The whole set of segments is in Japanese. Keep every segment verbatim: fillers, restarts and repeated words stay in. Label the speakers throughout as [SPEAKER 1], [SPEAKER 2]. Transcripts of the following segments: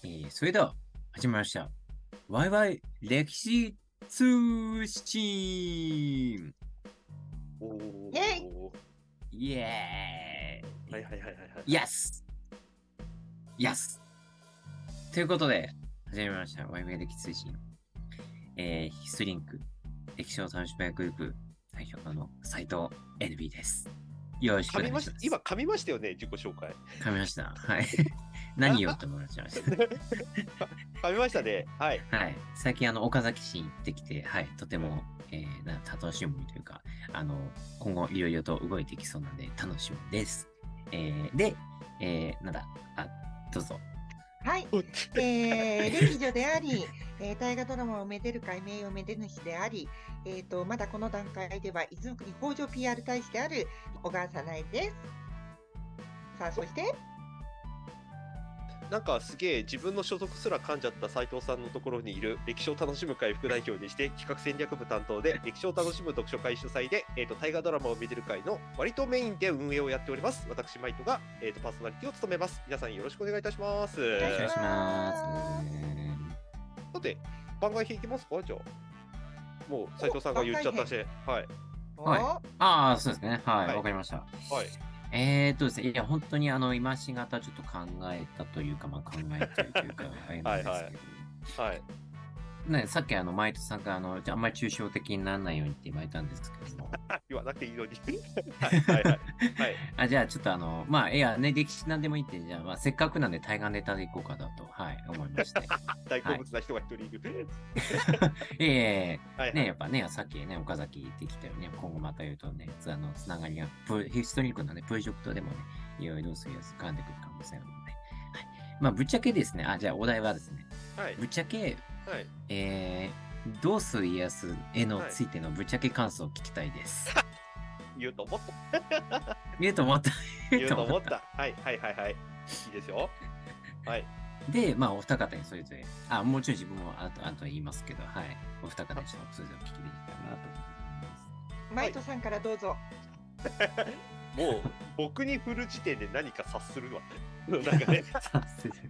[SPEAKER 1] えーそれでは、始まりました。ワイワイ歴史通信
[SPEAKER 2] お
[SPEAKER 3] イェイ
[SPEAKER 2] お。
[SPEAKER 1] イエーイ
[SPEAKER 2] はいはいはいはいはい。
[SPEAKER 1] イエスイエスということで、始まりました。ワイワイ歴史通信。えー、ヒストリンク、歴史を楽しむグループ、代表の斉藤 エヌビー です。よろしくお
[SPEAKER 2] 噛みまし
[SPEAKER 1] 願いします。
[SPEAKER 2] 今噛みましたよね、自己紹介。
[SPEAKER 1] 噛みました。はい。何言おうと思いました。
[SPEAKER 2] 噛みましたね。はい。
[SPEAKER 1] はい。最近、あの、岡崎市に行ってきて、はい。とても、えー、な楽しみというか、あの、今後いろいろと動いていきそうなんで、楽しみです。えー、で、えー、なんだ、あ、どうぞ。
[SPEAKER 3] はい、えー、歴女であり、えー、大河ドラマをめでる会名誉めで主であり、えーと、まだこの段階では伊豆の国北条 ピーアール 大使である小川さなえです。さあ、そして、
[SPEAKER 2] なんかすげえ自分の所属すら噛んじゃった斉藤さんのところにいる歴史を楽しむ会副代表にして企画戦略部担当で歴史を楽しむ読書会主催で、えー、と大河ドラマを見てる会の割とメインで運営をやっております私マイトが、えー、とパーソナリティを務めます。皆さんよろしくお願いいたします。
[SPEAKER 1] お願いし
[SPEAKER 3] お願いし
[SPEAKER 1] ます。
[SPEAKER 3] ます
[SPEAKER 2] さて番外編いきますか。じゃあもう斉藤さんが言っちゃったし、はい
[SPEAKER 1] はい。
[SPEAKER 3] お
[SPEAKER 1] ああ、そうですね。はい。わ、
[SPEAKER 2] はい
[SPEAKER 1] かりました。
[SPEAKER 2] はい
[SPEAKER 1] えーっとですね。いや、本当にあの、今しがたちょっと考えたというか、まあ考えてるというか、あれなんですけど。
[SPEAKER 2] はい
[SPEAKER 1] ね、さっきあの、マイトさんがあの、じゃああんまり抽象的にならないようにって言われたんですけども。
[SPEAKER 2] 言わなくていいのにはいはいはいはい
[SPEAKER 1] あ、じゃあちょっとあの、まあ、いやね、歴史なんでもいいって、じゃあ、まあ、せっかくなんで対岸ネタでいこうかなと、はい、思いまして。
[SPEAKER 2] 大好物な人が一人いる、
[SPEAKER 1] ええ
[SPEAKER 2] はいはい
[SPEAKER 1] ね、やっぱね、さっきね、岡崎言ってきたよね、今後また言うとね、つあの、つながりが、プヒストリックのね、プロジェクトでもね、いろいろどうするやつ絡んでくるかもしれないので、はい。まあ、ぶっちゃけですね、あ、じゃあお題はですね、
[SPEAKER 2] はい
[SPEAKER 1] ぶっちゃけ、
[SPEAKER 2] はい
[SPEAKER 1] えー、どうする家康へのついてのぶっちゃけ感想を聞きたいです。
[SPEAKER 2] 言うと思った
[SPEAKER 1] 言うと思った。
[SPEAKER 2] 言うと思ったはいはいはいはいいいですよ。はい
[SPEAKER 1] で、まあ、お二方にそれぞれ、あ、もちろん自分もあと、あと言いますけど、はい。お二方にちょっとそれぞれお聞きできたらなと思います。
[SPEAKER 3] マイトさんからどうぞ。
[SPEAKER 2] もう僕に振る時点で何か察するわなんかね
[SPEAKER 1] さすが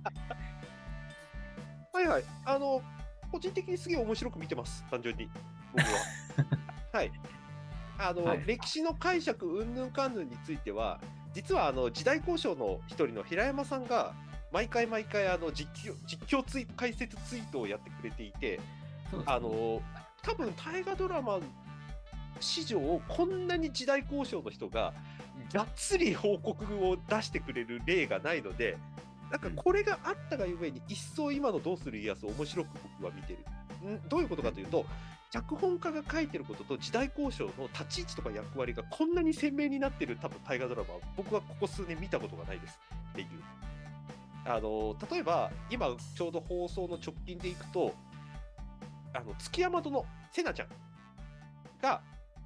[SPEAKER 2] はいはいあの個人的にすげえ面白く見てます単純に僕ははいあの、
[SPEAKER 1] はい
[SPEAKER 2] 歴史の解釈うんぬんかんぬんについては実はあの時代交渉の一人の平山さんが毎回毎回あの実況実況ツイ解説ツイートをやってくれていて、
[SPEAKER 1] そうですね
[SPEAKER 2] あの多分大河ドラマ史上こんなに時代交渉の人ががっつり報告を出してくれる例がないので、なんかこれがあったがゆえに一層今のどうする家康を面白く僕は見てる。んどういうことかというと、脚本家が書いてることと時代交渉の立ち位置とか役割がこんなに鮮明になってる多分大河ドラマは僕はここ数年見たことがないですっていう。あの例えば今ちょうど放送の直近でいくと、あの築山殿瀬名ちゃんが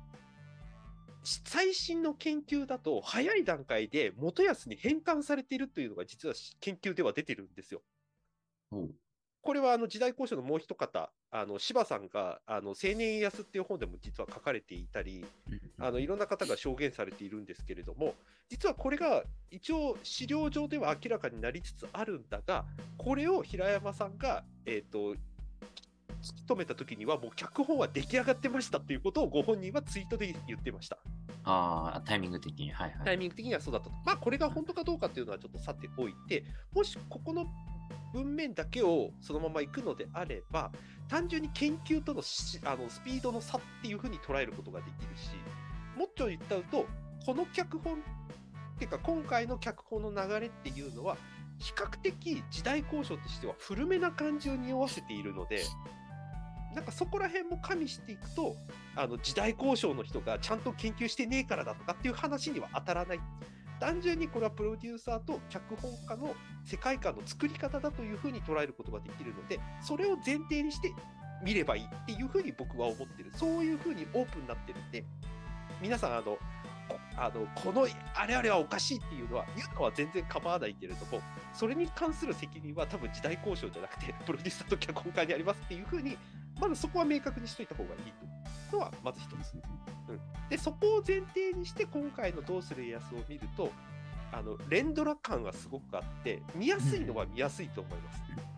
[SPEAKER 2] 最新の研究だと早い段階で元康に返還されているというのが実は研究では出てるんですよ。
[SPEAKER 1] お
[SPEAKER 2] これはあの時代交渉のもう一方、あの柴さんがあの青年家康っていう本でも実は書かれていたり、あのいろんな方が証言されているんですけれども、実はこれが一応資料上では明らかになりつつあるんだが、これを平山さんが、えーと、突き止めた時にはもう脚本は出来上がってましたっていうことをご本人はツイートで言ってました。
[SPEAKER 1] ああ、タイミング的に、はいはい。
[SPEAKER 2] タイミング的にはそうだったと。まあこれが本当かどうかっていうのはちょっとさておいて、もしここの文面だけをそのままいくのであれば、単純に研究とのしあのスピードの差っていうふうに捉えることができるし、もっと言ったうと、この脚本っていうか今回の脚本の流れっていうのは比較的時代交渉としては古めな感じを匂わせているので、なんかそこら辺も加味していくと、あの時代交渉の人がちゃんと研究してねえからだとかっていう話には当たらない。単純にこれはプロデューサーと脚本家の世界観の作り方だというふうに捉えることができるので、それを前提にして見ればいいっていうふうに僕は思ってる。そういうふうにオープンになってるんで、皆さんあのあのこのあれあれはおかしいっていうのは言うのは全然構わないけれども、それに関する責任は多分時代交渉じゃなくてプロデューサーと脚本家にありますっていうふうに、まずそこは明確にしといた方がいいというのはまず一つ、うん、でそこを前提にして今回のどうする家康を見ると、あの連ドラ感はすごくあって見やすいのは見やすいと思います、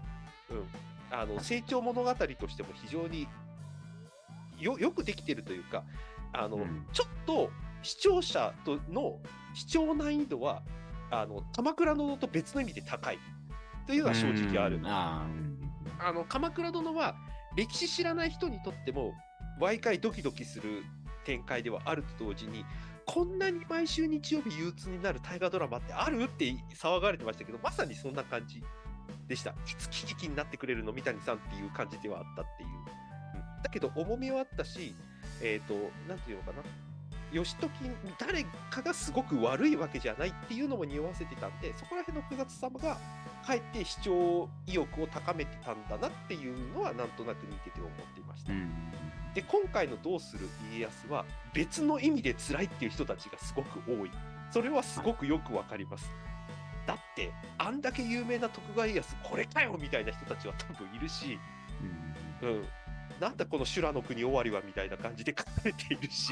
[SPEAKER 2] うん、あの成長物語としても非常によよくできてるというか、あの、うん、ちょっと視聴者との視聴難易度はあの鎌倉殿と別の意味で高いというのは正直ある。ああの鎌倉殿は歴史知らない人にとっても毎回ドキドキする展開ではあると同時に、こんなに毎週日曜日憂鬱になる大河ドラマってあるって騒がれてましたけど、まさにそんな感じでした。いつ喜劇になってくれるの三谷さんっていう感じではあったっていう、うん、だけど重みはあったし、えっとなんていうのかな、義時誰かがすごく悪いわけじゃないっていうのも匂わせてたんで、そこら辺の九月様がかえって視聴意欲を高めてたんだなっていうのはなんとなく見てて思っていました、うん、で今回のどうする家康は別の意味で辛いっていう人たちがすごく多い。それはすごくよくわかります。だってあんだけ有名な徳川家康これかよみたいな人たちは多分いるし、うん、うん、なんだこの修羅の国終わりはみたいな感じで書かれているし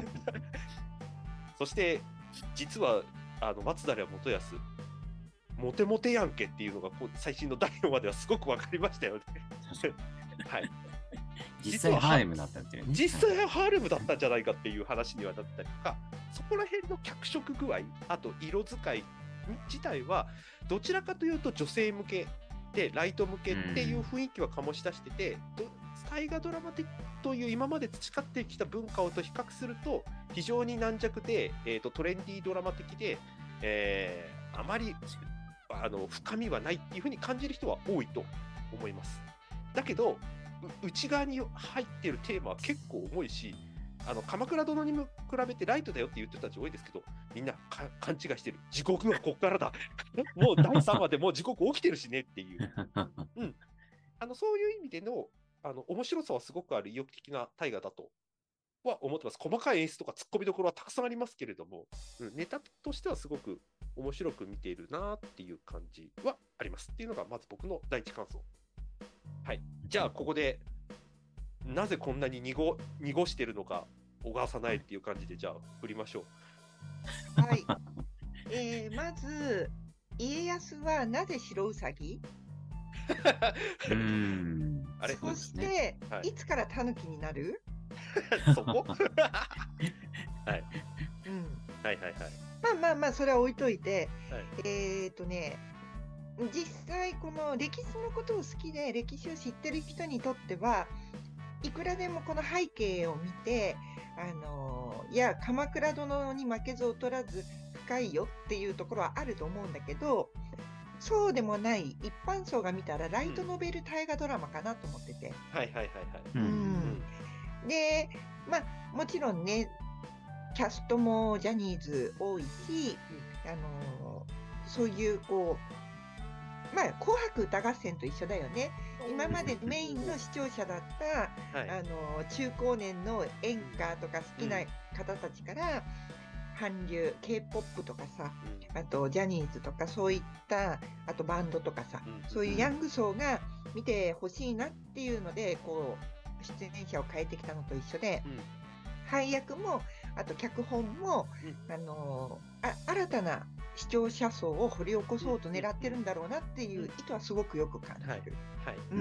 [SPEAKER 2] そして実はあの松平元康モテモテやんけっていうのがこう最新のだいよんわではすごく分かりましたよねはい、
[SPEAKER 1] 実際ハーレムだったっていうね。
[SPEAKER 2] 実際はハーレムだったんじゃないかっていう話にはなったりとか、そこら辺の脚色具合、あと色使い自体はどちらかというと女性向けでライト向けっていう雰囲気は醸し出してて、大河ドラマ的という今まで培ってきた文化をと比較すると非常に軟弱で、えー、とトレンディードラマ的で、えー、あまりあの深みはないっていう風に感じる人は多いと思います。だけど内側に入っているテーマは結構重いし、あの鎌倉殿に比べてライトだよって言ってる人たち多いですけど、みんな勘違いしてる。地獄はこっからだもうだいさんわでもう地獄起きてるしねっていう、うん、あのそういう意味でのあの面白さはすごくある意欲的な大河だとは思ってます。細かい演出とかツッコミどころはたくさんありますけれども、うん、ネタとしてはすごく面白く見ているなっていう感じはありますっていうのがまず僕の第一感想。はい、じゃあここでなぜこんなに濁、濁してるのか小川さないっていう感じでじゃあ振りましょ
[SPEAKER 3] う。はい、えー、まず家康はなぜ白うさぎ
[SPEAKER 1] うーん
[SPEAKER 3] あれそして、ね、はい、いつからタヌキになる
[SPEAKER 2] そこはい、
[SPEAKER 3] うん、
[SPEAKER 2] はいはいはい。
[SPEAKER 3] まあまあまあそれは置いといて、はい、えっとね実際この歴史のことを好きで歴史を知ってる人にとってはいくらでもこの背景を見て、あのいや鎌倉殿に負けず劣らず深いよっていうところはあると思うんだけど、そうでもない一般層が見たらライトノベル大河ドラマかなと思ってて、
[SPEAKER 2] はいはいはいはい、
[SPEAKER 3] うん、でまあもちろんねキャストもジャニーズ多いし、うん、あのそういうこうまあ紅白歌合戦と一緒だよね。今までメインの視聴者だった、はい、あの中高年の演歌とか好きな方たちから、うん、韓流 K-ポップ とかさ、うん、あとジャニーズとかそういったあとバンドとかさ、うん、そういうヤング層が見てほしいなっていうのでこう出演者を変えてきたのと一緒で、うん、配役もあと脚本も、うん、あのあ新たな視聴者層を掘り起こそうと狙ってるんだろうなっていう意図はすごくよく感じる、はいはいうん、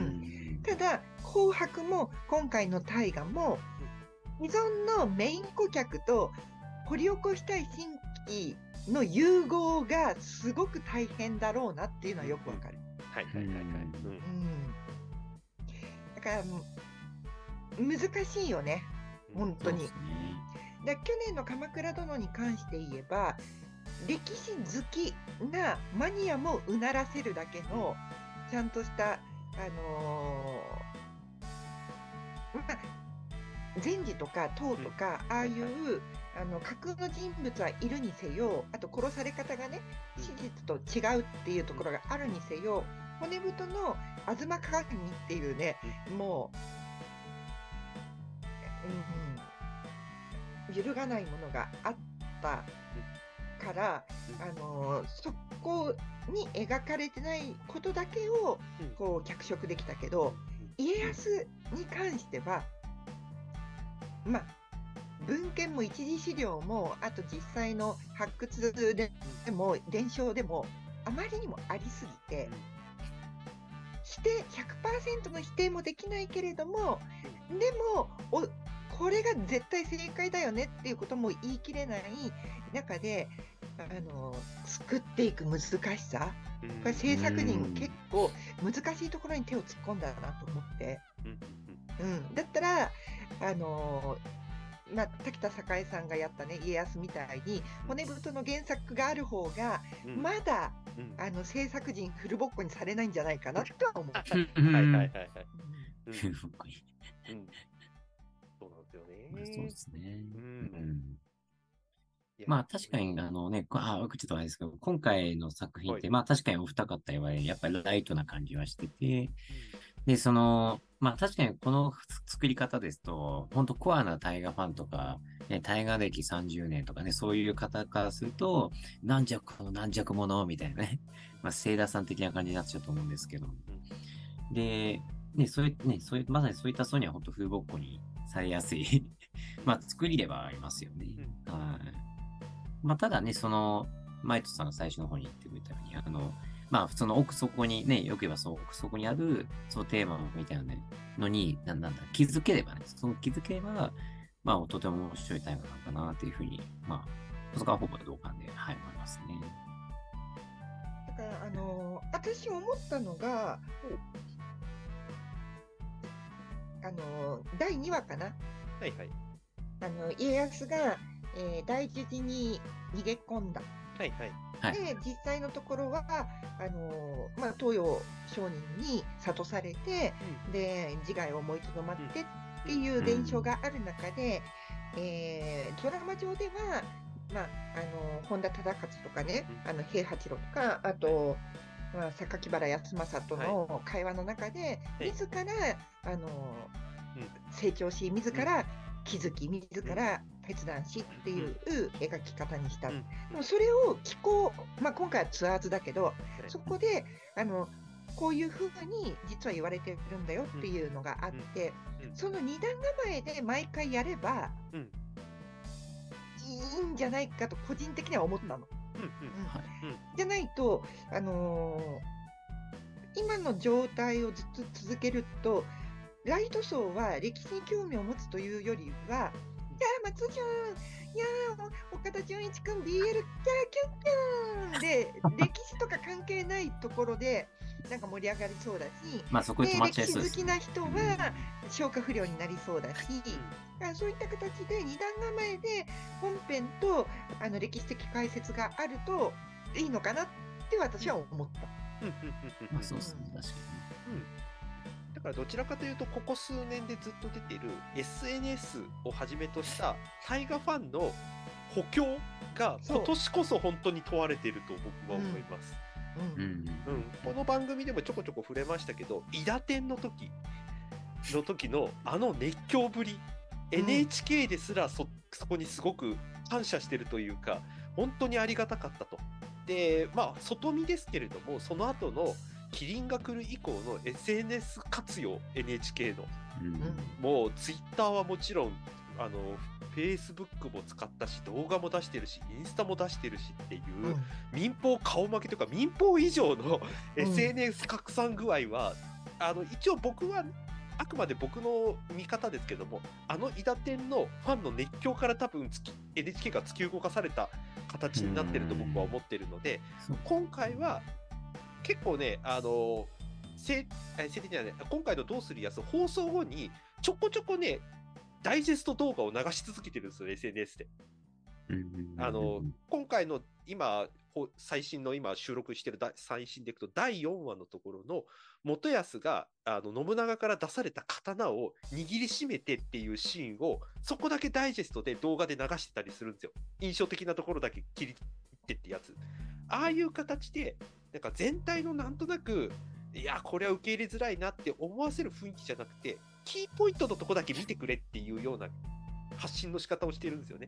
[SPEAKER 3] ただ紅白も今回の大河も既存のメイン顧客と掘り起こしたい新規の融合がすごく大変だろうなっていうのはよくわかる、
[SPEAKER 2] はいはいはいはい、うん、
[SPEAKER 3] だから難しいよね本当に、ね、だ去年の鎌倉殿に関して言えば歴史好きなマニアもうならせるだけのちゃんとしたあのー、まあ禅師とか唐とか、うん、ああいうあの架空の人物はいるにせよ、あと殺され方がね史実と違うっていうところがあるにせよ、骨太の吾妻鏡っていうね、もう、うん、揺るがないものがあったから、あのー、そこに描かれてないことだけをこう脚色できたけど、家康に関してはまあ文献も一次資料もあと実際の発掘でも伝承でもあまりにもありすぎて否定、ひゃくパーセントの否定もできないけれども、でもおこれが絶対正解だよねっていうことも言い切れない中で、あの作っていく難しさ、
[SPEAKER 2] うん
[SPEAKER 3] これ制作人
[SPEAKER 1] うん
[SPEAKER 3] 結構難しいところに手を突っ込んだなと思って、
[SPEAKER 2] うん
[SPEAKER 3] うん、だったらあのまあ、滝田栄さんがやったね家康みたいに骨太の原作がある方が
[SPEAKER 2] うん
[SPEAKER 3] まだ
[SPEAKER 2] うん
[SPEAKER 3] あの制作陣フルボッコにされないんじゃないかなとは思う。
[SPEAKER 2] はいはいはいはい。うん
[SPEAKER 1] ふふこい
[SPEAKER 2] うんそうなんですよ
[SPEAKER 1] まあそう
[SPEAKER 2] ね
[SPEAKER 1] で。すね。
[SPEAKER 2] うん
[SPEAKER 1] うん
[SPEAKER 2] いや
[SPEAKER 1] まあ確かに、あのね、こあ、僕ちょっとあれですけど、今回の作品って、
[SPEAKER 2] はい
[SPEAKER 1] まあ確かにお二方言われる、やっぱりライトな感じはしてて、
[SPEAKER 2] うん
[SPEAKER 1] で、その、まあ確かにこの作り方ですと、本当コアな大河ファンとか、ね、大河歴さんじゅうねんとかね、そういう方からすると、軟弱この軟弱者みたいなね、まあ、セイダさん的な感じになっちゃうと思うんですけど、で、ね、そういう、ね、そういう、まさにそういった層には本当風ぼっこにされやすい、まあ作りではありますよね。はい。まあただね、その、マイトさんが最初の方に言ってくれたように、あの、まあ、その奥底にね、よく言えばその奥底にある、そのテーマみたいなのに、なんなんだ、気づければね、その気づければ、まあ、とても面白いタイムなのかなっていうふうに、まあ、そこはほぼ同感で、はい、思いますね。
[SPEAKER 3] だからあの私思ったのが、あのだいにわかな、
[SPEAKER 2] はいはい
[SPEAKER 3] あの家康が、えー大樹寺に逃げ込んだ。
[SPEAKER 2] はいはい。
[SPEAKER 1] はい。
[SPEAKER 3] で実際のところはあの、まあ、東洋商人に諭されて、で自害を思いとどまってっていう伝承がある中で、えードラマ上では、まあ、あの本田忠勝とかね、あの平八郎とか、あと、まあ、榊原康政との会話の中で、
[SPEAKER 2] はい
[SPEAKER 3] 自らあの
[SPEAKER 2] うん
[SPEAKER 3] 成長し、自ら気づき、自ら決断しっていう描き方にした。
[SPEAKER 2] うん
[SPEAKER 3] でもそれを気候、まあ、今回はツアーズだけど、そこであのこういうふうに実は言われてるんだよっていうのがあって、
[SPEAKER 2] うんうん
[SPEAKER 3] その二段構えで毎回やれば
[SPEAKER 2] うん
[SPEAKER 3] いいんじゃないかと個人的には思ったの。
[SPEAKER 2] うん
[SPEAKER 3] うん
[SPEAKER 1] はい
[SPEAKER 3] じゃないと、あのー今の状態をずっと続けると、ライト層は歴史に興味を持つというよりは、いやー、松潤、いやー、岡田准一君、ビーエル、キャーキュンキュンで、歴史とか関係ないところで、なんか盛り上がりそうだし、
[SPEAKER 1] まあそこで止
[SPEAKER 3] で
[SPEAKER 1] まっちゃ
[SPEAKER 3] 歴史好
[SPEAKER 1] いそうですね。
[SPEAKER 3] きな人は消化不良になりそうだし、だからそういった形で二段構えで本編とあの歴史的解説があるといいのかなって私は思った。
[SPEAKER 2] うんうんうんうん
[SPEAKER 1] まあそうですね、確か
[SPEAKER 2] だからどちらかというとここ数年でずっと出ている エスエヌエス をはじめとしたタイガファンの補強が
[SPEAKER 3] そう
[SPEAKER 2] 今年こそ本当に問われていると僕は思います。
[SPEAKER 3] うん
[SPEAKER 1] に。うん。
[SPEAKER 2] うんこの番組でもちょこちょこ触れましたけど、伊田天の時の時のあの熱狂ぶり、
[SPEAKER 3] うん
[SPEAKER 2] エヌエイチケー ですら そ, そこにすごく感謝してるというか、本当にありがたかったと。で、まあ、外見ですけれども、その後のキリンが来る以降の エスエヌエス 活用、エヌエイチケー の。
[SPEAKER 1] うん
[SPEAKER 2] もう、ツイッターはもちろん、あの、フェイスブックも使ったし、動画も出してるし、インスタも出してるしっていう、
[SPEAKER 3] うん
[SPEAKER 2] 民放顔負けというか、民放以上の
[SPEAKER 3] うん
[SPEAKER 2] エスエヌエス 拡散具合は、あの、一応僕は、あくまで僕の見方ですけども、あの伊田天のファンの熱狂から多分突き エヌエイチケー が突き動かされた形になってると僕は思ってるので、
[SPEAKER 1] そう
[SPEAKER 2] 今回は結構ね、あの、せえ性的にはね、今回のどうするやつ放送後にちょこちょこね、ダイジェスト動画を流し続けてるんですよ、エスエヌエス で。
[SPEAKER 1] うん
[SPEAKER 2] あの、今回の今、ほ最新の今収録してるだ最新でいくとだいよんわのところの元康があの信長から出された刀を握りしめてっていうシーンをそこだけダイジェストで動画で流してたりするんですよ。印象的なところだけ切り切ってってやつ。ああいう形でなんか全体のなんとなくいやこれは受け入れづらいなって思わせる雰囲気じゃなくてキーポイントのとこだけ見てくれっていうような発信の仕方をしてるんですよね。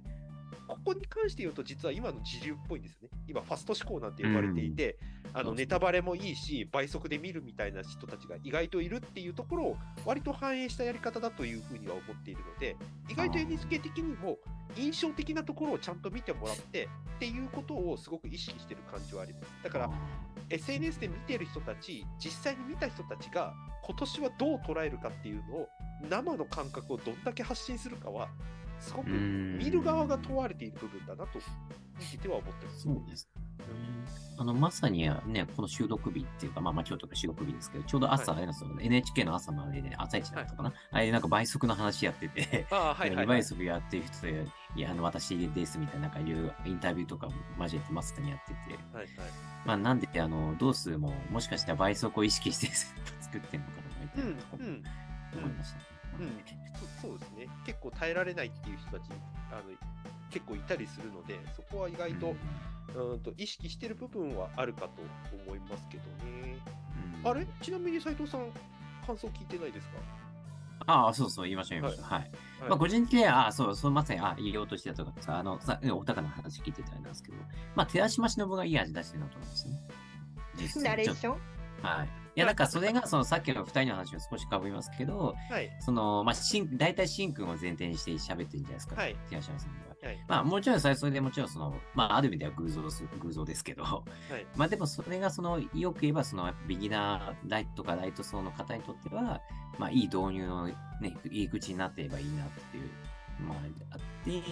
[SPEAKER 2] ここに関して言うと、実は今の時流っぽいんですよね。今、ファスト思考なんて呼ばれていて、あのネタバレもいいし、倍速で見るみたいな人たちが意外といるっていうところを、割と反映したやり方だというふうには思っているので、意外と エヌエイチケー 的にも、印象的なところをちゃんと見てもらってっていうことをすごく意識してる感じはあります。だから、エスエヌエス で見てる人たち、実際に見た人たちが、今年はどう捉えるかっていうのを、生の感覚をどんだけ発信するかは、すごく見る側が問われている部分だなと見てては思ってます。
[SPEAKER 1] そうですね。あの、まさにね、この収録日っていうか、まあまあ今日とか収録日ですけど、ちょうど朝、はい、エヌエイチケー の朝のあれで、ね、朝一だったかな、はい、あれなんか倍速の話やってて、
[SPEAKER 2] あ、はいはいはい、
[SPEAKER 1] 倍速やってる人で、いや、あの、私ですみたいな、なんかいうインタビューとかも交えてまさにやってて、はいはい、まあなんで、あの、同数ももしかしたら倍速を意識して作ってんのかな、みたいなところも思いました。
[SPEAKER 2] うん、うんうん、そ, そうですね。結構耐えられないっていう人たちあの結構いたりするので、そこは意外と、うん、うんと意識してる部分はあるかと思いますけどね。うん、あれちなみに斉藤さん、感想聞いてないですか？
[SPEAKER 1] ああ、そうそう、言いました、言いました。はい。はいはい、まあ、個人的には、あそう、そう、まさに、あ言おうとしてたとかさ、あの、さお高の話聞いてたんですけど、まあ、寺島しのぶがいい味出してるなと思うんですね。
[SPEAKER 3] 実ナレーション
[SPEAKER 1] はい。いや、なんかそれが、そのさっきの二人の話を少しかぶりますけど、
[SPEAKER 2] はい、
[SPEAKER 1] その、まあ、しん、大体しんくんを前提にして喋ってるんじゃないですか。
[SPEAKER 2] はい。
[SPEAKER 1] 寺島さんは。
[SPEAKER 2] はい、
[SPEAKER 1] まあ、もちろんそれ、それでもちろんその、まあ、ある意味では偶像、偶像ですけど、はい、まあ、でもそれがその、よく言えば、その、ビギナーライトとかライト層の方にとっては、まあ、いい導入のね、いい口になっていればいいなっていう、まあ、あって、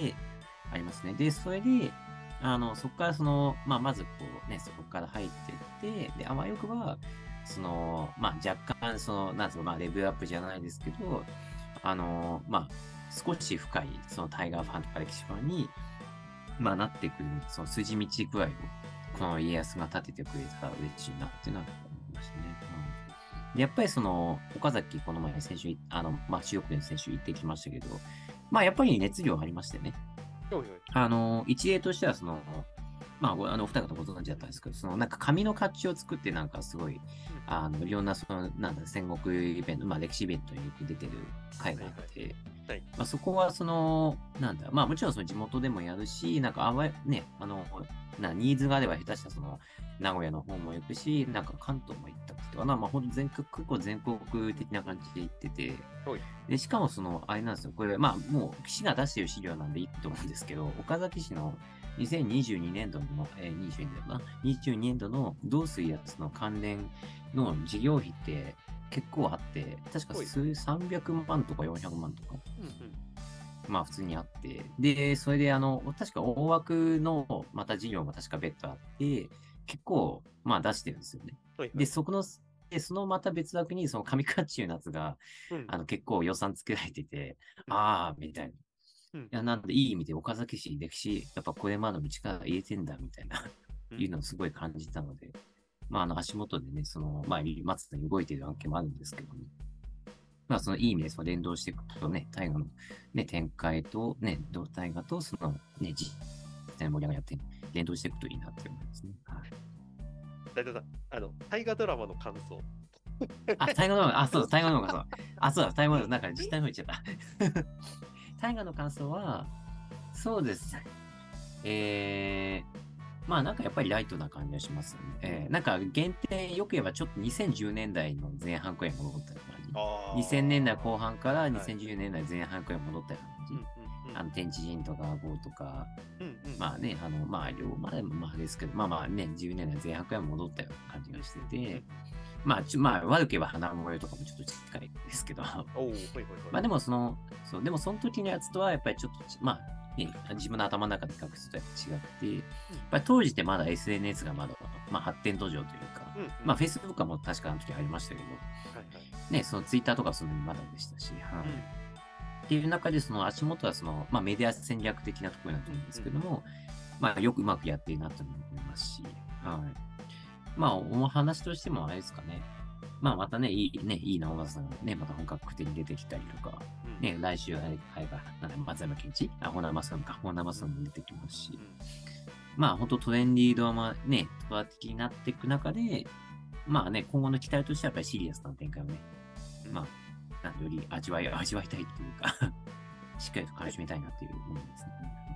[SPEAKER 1] ありますね。で、それで、あの、そこからその、まあ、まずこうね、そこから入っていって、で、あわよくば、その、まあ、若干、その、なんつうか、まあ、レベルアップじゃないですけど、あの、まあ、少し深い、そのタイガーファンとか歴史ファンに、まあ、なってくる、その筋道具合を、この家康が立ててくれたら嬉しいなっていうのは思いましたね。うん、でやっぱりその、岡崎、この前、先週、あの、まあ、中国で先週行ってきましたけど、まあ、やっぱり熱量ありましてね。
[SPEAKER 2] おいおい
[SPEAKER 1] あの、一例としては、その、まあ、あの、お二方ご存知だったんですけど、その、なんか紙の甲冑を作って、なんかすごい、あの、いろんな、その、なんだ、戦国イベント、まあ、歴史イベントによく出てる会があって、はいはいはい、まあ、そこは、その、なんだ、まあ、もちろんその地元でもやるし、なんか、あわね、あの、な、ニーズがあれば下手したその、名古屋の方も行くし、なんか関東も行ったっていうかな、まあ、ほんと全国、結構全国的な感じで行ってて、で、しかもその、あれなんですよ、これ、まあ、もう、市が出してる資料なんでいいと思うんですけど、岡崎市の、にせんにじゅうにねんどの、えー、にじゅうにねんどな、にじゅうにねんどの導水やつの関連の事業費って結構あって、確か数さんびゃくまんとかよんひゃくまんとか、うんうん、まあ普通にあって、で、それであの、確か大枠のまた事業が確か別途あって、結構まあ出してるんですよね。はいはい、で、そこの、で、そのまた別枠にその紙甲冑のやつが、うん、あの結構予算作られてて、うん、ああ、みたいな。いや、なんで、いい意味で岡崎市歴史、やっぱこれまでの力入れてんだ、みたいな、いうのをすごい感じたので、まあ、あの、足元でね、その、まあ、松田に動いている案件もあるんですけどね。まあ、その、いい意味で、その連動していくとね、大河のね、展開と、ね、大河と、その、ね、実際の盛り上がやって、連動していくといいなって思いますね。はい。
[SPEAKER 2] 大田さん、あの、大河ドラマの感想。
[SPEAKER 1] あ、大河ドラマ、あ、そう、大河ドラマ、そう。あ、そうだ、大河ドラマ、なんか実態の方言っちゃった。大河の感想は、そうですね。えー、まあなんかやっぱりライトな感じがしますよね。えー、なんか限定、よく言えばちょっとにせんじゅうねんだいの前半くらい戻った感じ。にせんねんだいこう半からにせんじゅうねんだい前半くらい戻った感じ。はい、あの、天地人とかゴーとか、うんうん、まあね、あの、まあ、龍馬でもまあですけど、まあまあね、じゅうねんだいぜん半くらい戻ったような感じがしてて、まあ、ちまあ、悪く言えば花萌えとかもちょっと近いですけど、まあでもその、そう、でもその時のやつとはやっぱりちょっと、まあ、ね、自分の頭の中で比較すると違くて、やっぱり当時ってまだ エスエヌエス がまだ、まあ発展途上というか、うんうん、まあ Facebook も確かあの時ありましたけど、はいはい、ね、その Twitter とかその時まだでしたし、はい。うん、っていう中でその足元はその、まあメディア戦略的なところだと思うんですけども、うんうん、まあよくうまくやっているなと思いますし、はい。まあ、お話としてもあれですかね。まあ、またね、いい、ね、いいなおばさんがね、また本格的に出てきたりとか、うん、ね、来週、あれ、あれが、なんだ、松山健一あ、本生さんか、本生さんも出てきますし、うん、まあ、ほんとトレンディードラマ、ね、トラ的になっていく中で、まあね、今後の期待としてはやっぱりシリアスな展開をね、うん、まあ、なんより味わい、味わいたいというか、しっかりと楽しみたいなっていう思いですね。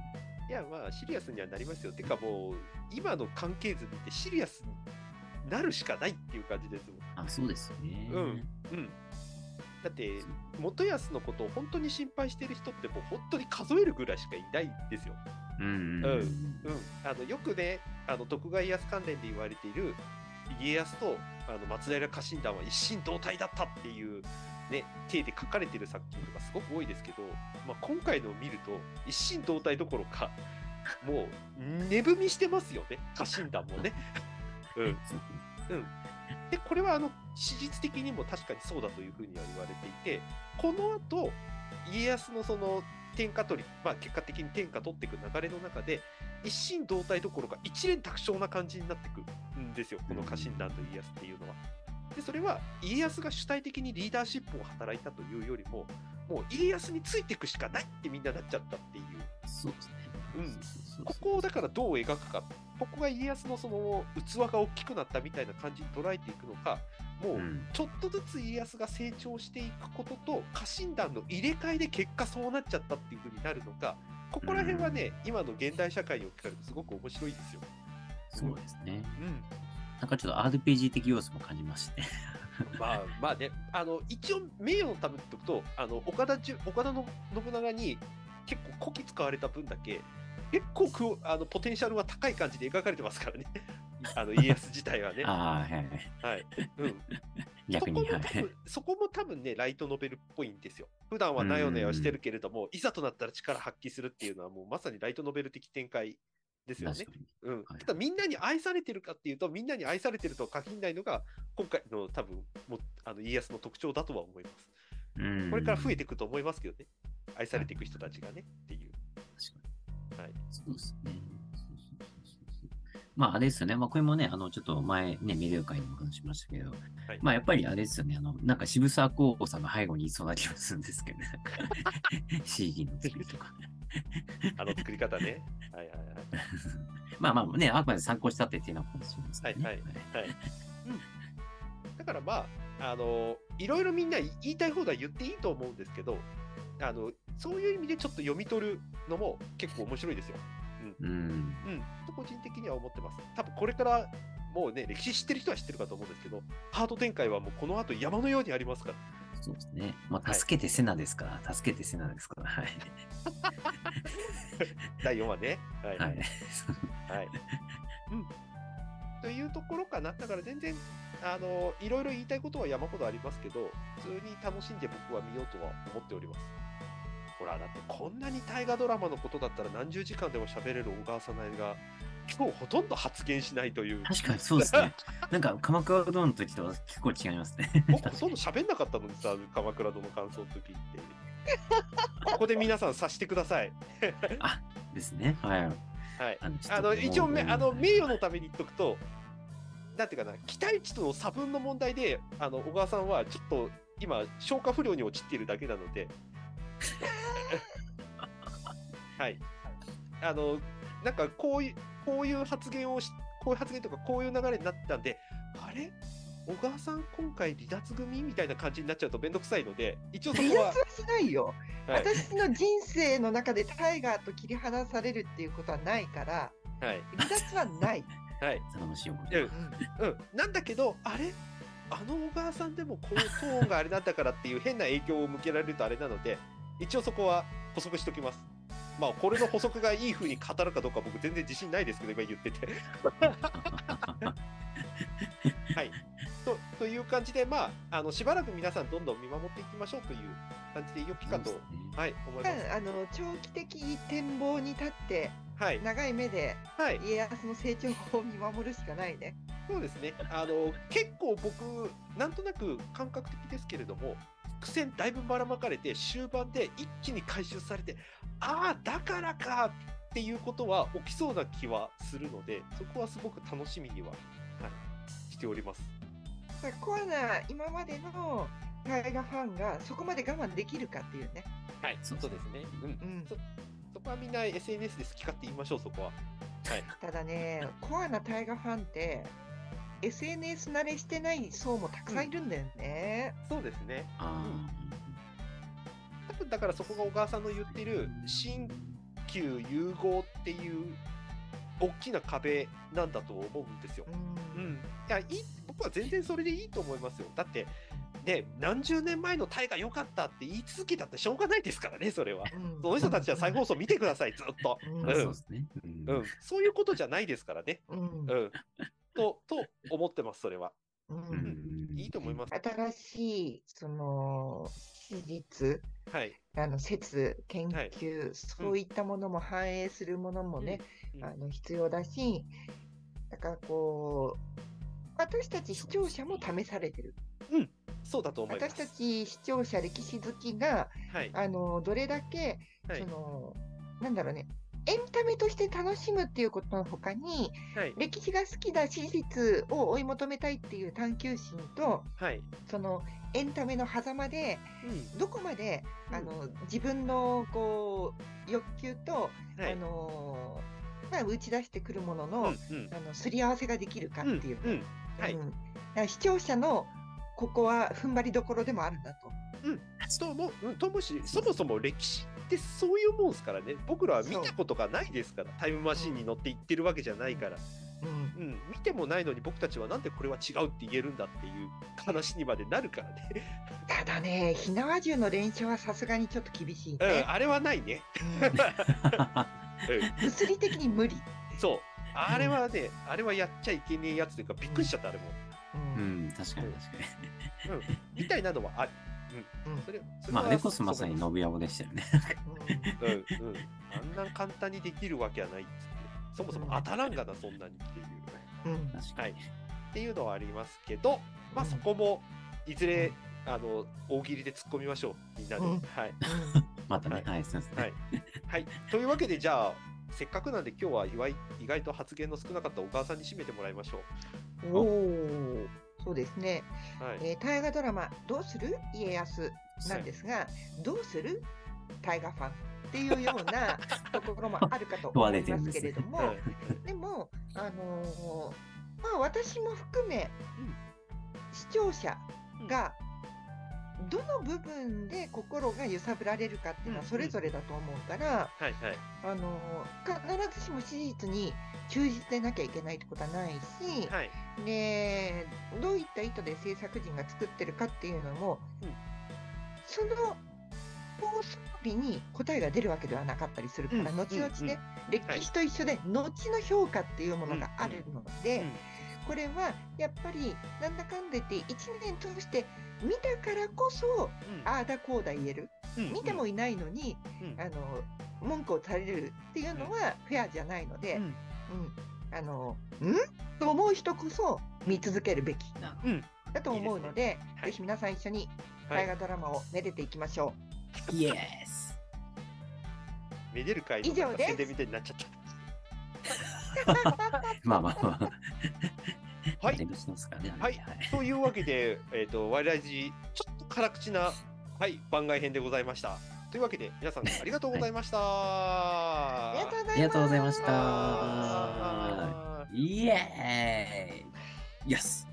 [SPEAKER 2] いや、まあ、シリアスにはなりますよ。てかもう、今の関係図見てシリアスになるしかないっていう感じですもん。
[SPEAKER 1] あ、そうですよね。
[SPEAKER 2] うん。うん。だって、元康のことを本当に心配してる人ってもう本当に数えるぐらいしかいないんですよ。
[SPEAKER 1] うんうんうん。
[SPEAKER 2] うん。あのよくね、あの徳川家康関連で言われている家康とあの松平家臣団は一心同体だったっていうね、体で書かれてる作品とかすごく多いですけど、まあ、今回のを見ると一心同体どころかもう値踏みしてますよね、家臣団もね。うん。うん。で、これはあの史実的にも確かにそうだというふうには言われていて、この後家康のその天下取り、まあ、結果的に天下取っていく流れの中で一心同体どころか一連卓勝な感じになっていくんですよ、この家臣団と家康っていうのは。でそれは家康が主体的にリーダーシップを働いたというよりも、もう家康についていくしかないってみんななっちゃったっていう。
[SPEAKER 1] そうですね。
[SPEAKER 2] うん、ここをだからどう描くか、ここが家康のその器が大きくなったみたいな感じに捉えていくのか、もうちょっとずつ家康が成長していくことと家臣団の入れ替えで結果そうなっちゃったっていう風になるのか、ここら辺はね、今の現代社会に置き換えるとすごく面白いですよ。
[SPEAKER 1] そうですね。
[SPEAKER 2] うん。
[SPEAKER 1] なんかちょっと アールピージー 的要素も感じまして。
[SPEAKER 2] まあまあね、あの一応名誉のためってことと、あの岡田じゅ岡田の信長に結構こき使われた分だけ結構くあのポテンシャルは高い感じで描かれてますからね。あの家康自体はね。
[SPEAKER 1] ああ、はい。
[SPEAKER 2] はい。うん。
[SPEAKER 1] 逆に、
[SPEAKER 2] そこも多分、そこも多分ね、ライトノベルっぽいんですよ。普段はなよなよしてるけれども、いざとなったら力発揮するっていうのはもうまさにライトノベル的展開ですよね。うん。ただみんなに愛されてるかっていうと、みんなに愛されてるとは限らないのが今回の多分もあの家康の特徴だとは思います。これから増えていくと思いますけどね。愛されていく人たちがねっていう。
[SPEAKER 1] 確かに。
[SPEAKER 2] はい。
[SPEAKER 1] そうですね。まあ、あれですよね。まあ、これもね、あの、ちょっと前ね、メディア会にも話しましたけど、はい、まあ、やっぱりあれですよね。あの、なんか渋沢孝子さんが背後にいそうな気がするんですけどね。シージー の作りとか。
[SPEAKER 2] あの作り方ね。はいはいはい。
[SPEAKER 1] まあまあね、あくまで参考したっていうのはかもしれないです
[SPEAKER 2] ね。はいはいはい。はい、うん。だからまあ、あの、いろいろみんな言いたい放題言っていいと思うんですけど、あの、そういう意味でちょっと読み取るのも結構面白いですよ。うん。うん。うん。と個人的には思ってます。多分これからもうね、歴史知ってる人は知ってるかと思うんですけど、ハード展開はもうこの後山のようにありますから。
[SPEAKER 1] そうですね。まあ、助けてセナですから、はい、助けてセナですから。はい。
[SPEAKER 2] だいよんわね。はい。
[SPEAKER 1] はい。はい。
[SPEAKER 2] うん。というところかな。だから全然、あの、いろいろ言いたいことは山ほどありますけど、普通に楽しんで僕は見ようとは思っております。ほら、だってこんなに大河ドラマのことだったら何十時間でも喋れる小川さなえが、今日ほとんど発言しないという。
[SPEAKER 1] 確かにそうですね。なんか、鎌倉殿の時とは結構違いますね。
[SPEAKER 2] 僕ほとんど喋んなかったのにさ、鎌倉殿の感想の時って。ここで皆さん察してください。
[SPEAKER 1] あ、ですね。はい。はい。
[SPEAKER 2] あの、一応、あの、名誉のために言っとくと、なんていうかな、期待値との差分の問題で、あの、小川さんはちょっと今、消化不良に陥っているだけなので、はい。あの、なんかこういう、こういう発言をし、こういう発言とかこういう流れになったんで、あれ小川さん今回離脱組みたいな感じになっちゃうとめんどくさいので、一応そこは。
[SPEAKER 3] 離脱はしないよ。はい、私の人生の中でタイガーと切り離されるっていうことはないから、はい、離脱はない。
[SPEAKER 2] はい。
[SPEAKER 1] 頼もしいもん。
[SPEAKER 2] うん。うん。なんだけど、あれあの小川さんでもこういうトーンがあれなんだからっていう変な影響を向けられるとあれなので、一応そこは補足しておきます。まあ、これの補足がいい風に語るかどうか僕全然自信ないですけど、今言ってて。はい。と, という感じで、まあ、あのしばらく皆さんどんどん見守っていきましょうという感じでよきかと、ね、はい、思います。
[SPEAKER 3] あの長期的展望に立って、
[SPEAKER 2] はい、
[SPEAKER 3] 長い目で家康の成長を見守るしかないね。
[SPEAKER 2] そうですね。あの結構僕なんとなく感覚的ですけれども、苦戦だいぶばらまかれて終盤で一気に回収されて、ああだからかっていうことは起きそうな気はするので、そこはすごく楽しみには、はい、しております。
[SPEAKER 3] コアな今までの大河ファンがそこまで我慢できるかっていうね。
[SPEAKER 2] はい、そうですね。うん。うん、そ, そこはみんな エスエヌエス で好き勝手言いましょう、そこは。はい。
[SPEAKER 3] ただね、コアな大河ファンって エスエヌエス 慣れしてない層もたくさんいるんだよね。
[SPEAKER 2] うん、そうですね。うん。多分だからそこが小川さんの言ってる新旧融合っていう大きな壁なんだと思うんですよ。
[SPEAKER 3] うん
[SPEAKER 2] うん、いやいい僕は全然それでいいと思いますよ。だってね、何十年前のタイが良かったって言い続けたってしょうがないですからね、それは。
[SPEAKER 3] うん
[SPEAKER 2] その人たちは再放送見てください、ずっと。
[SPEAKER 3] うん
[SPEAKER 1] まあ
[SPEAKER 2] うん
[SPEAKER 1] そうですね。うん
[SPEAKER 2] うん、そういうことじゃないですからね。
[SPEAKER 3] うん
[SPEAKER 2] うん、とと思ってます、それは。
[SPEAKER 3] うん
[SPEAKER 1] うん
[SPEAKER 2] いいと思います。
[SPEAKER 3] 新しいその史実、
[SPEAKER 2] はい。
[SPEAKER 3] あの説、研究、そういったものも反映するものもね、
[SPEAKER 2] うん
[SPEAKER 3] あの必要だし、だからこう、私たち視聴者も試されてる。
[SPEAKER 2] そうだと思います。
[SPEAKER 3] 私たち視聴者、歴史好きが、
[SPEAKER 2] はい。
[SPEAKER 3] あのどれだけ、
[SPEAKER 2] はい
[SPEAKER 3] そのなんだろうね、エンタメとして楽しむっていうことのほかに、
[SPEAKER 2] はい。
[SPEAKER 3] 歴史が好きだ史実を追い求めたいっていう探求心と、
[SPEAKER 2] はい。
[SPEAKER 3] そのエンタメの狭間で、
[SPEAKER 2] うん。
[SPEAKER 3] どこまで、
[SPEAKER 2] うん
[SPEAKER 3] あの自分のこう欲求と、
[SPEAKER 2] はい
[SPEAKER 3] あのまあ、打ち出してくるものの、
[SPEAKER 2] うんうん
[SPEAKER 3] あのすり合わせができるかっていう、
[SPEAKER 2] うんうんはい。
[SPEAKER 3] うんだから視聴者のここは踏ん張りどころでもあるんだと。
[SPEAKER 2] とも、うん、ともし、そもそも歴史ってそういうもんですからね。僕らは見たことがないですから、タイムマシンに乗って行ってるわけじゃないから。
[SPEAKER 3] うん
[SPEAKER 2] うん、見てもないのに僕たちはなんでこれは違うって言えるんだっていう話にまでなるからね。
[SPEAKER 3] ただね、火縄銃の連射はさすがにちょっと厳しい
[SPEAKER 2] うん、
[SPEAKER 3] ね。
[SPEAKER 2] あれはないね。
[SPEAKER 3] うん
[SPEAKER 2] うん、
[SPEAKER 3] 物理的に無理。
[SPEAKER 2] そう。あれはね、あれはやっちゃいけねえやつというか、びっくりしちゃった、あれも。
[SPEAKER 3] う
[SPEAKER 1] うんん、確かに確か
[SPEAKER 2] うん、みたいなのはある。
[SPEAKER 3] うん
[SPEAKER 2] それそ
[SPEAKER 1] に。
[SPEAKER 2] れは
[SPEAKER 1] まあ、あれこそまさに
[SPEAKER 2] そう
[SPEAKER 1] 信山でしたよね。
[SPEAKER 3] うん
[SPEAKER 2] うんうん、あんな簡単にできるわけはないっつって、そもそも当たらんがな、そんなにっていう。
[SPEAKER 3] うん
[SPEAKER 1] 確かに。
[SPEAKER 2] はい。っていうのはありますけど、まあ
[SPEAKER 3] うん
[SPEAKER 2] そこもいずれ、あの大喜利で突っ込みましょう、みんなで。
[SPEAKER 3] うん
[SPEAKER 2] はい。
[SPEAKER 1] またね、
[SPEAKER 2] はい
[SPEAKER 1] はい、すみません。
[SPEAKER 2] はい。はい。というわけで、じゃあ、せっかくなんで今日は意外意外と発言の少なかった小川さんに締めてもらいましょ
[SPEAKER 3] おお、そうですね。
[SPEAKER 2] う。はい。
[SPEAKER 3] えー大河ドラマ、どうする家康なんですが、どうする大河ファンっていうようなところもあるかと思いますけれども、
[SPEAKER 2] はい
[SPEAKER 3] でも、あのーまあ、私も含め、
[SPEAKER 2] うん
[SPEAKER 3] 視聴者がどの部分で心が揺さぶられるかっていうのは
[SPEAKER 2] うん
[SPEAKER 3] それぞれだと思うから、
[SPEAKER 2] はいはい。
[SPEAKER 3] あのー必ずしも史実に忠実でなきゃいけないってことはないし、
[SPEAKER 2] はい。
[SPEAKER 3] でどういった意図で制作陣が作ってるかっていうのも、
[SPEAKER 2] うん
[SPEAKER 3] その放送日に答えが出るわけではなかったりするから、
[SPEAKER 2] うん
[SPEAKER 3] 後々ね、
[SPEAKER 2] うんうん
[SPEAKER 3] 歴史と一緒で後の評価っていうものがあるので、
[SPEAKER 2] うん
[SPEAKER 3] これはやっぱりなんだかんだ言っていちねん通して見たからこそ
[SPEAKER 2] うん
[SPEAKER 3] ああだこうだ言える、
[SPEAKER 2] うん
[SPEAKER 3] 見てもいないのに
[SPEAKER 2] うん
[SPEAKER 3] あの文句をされるっていうのはフェアじゃないので、
[SPEAKER 2] うん
[SPEAKER 3] うんあのんと思う人こそ見続けるべき
[SPEAKER 1] な
[SPEAKER 2] うん
[SPEAKER 3] だと思うので、
[SPEAKER 2] はい
[SPEAKER 3] ぜひ皆さん一緒に
[SPEAKER 2] はい
[SPEAKER 3] 大河ドラマをめでていきましょ
[SPEAKER 1] イエス。
[SPEAKER 2] めでる会の
[SPEAKER 3] 以上です
[SPEAKER 2] 宣伝みたいになっちゃった。
[SPEAKER 1] まあまあまあ。
[SPEAKER 2] はい
[SPEAKER 1] デビューしてますからね。
[SPEAKER 2] はい。というわけで、えっ、と、ワイラジ、ちょっと辛口な、はい、番外編でござざいました。というわけで、皆さんありがとうございました。
[SPEAKER 3] う。ありがとうございます。
[SPEAKER 1] ありがとうございました
[SPEAKER 2] あー
[SPEAKER 1] イエーイイエス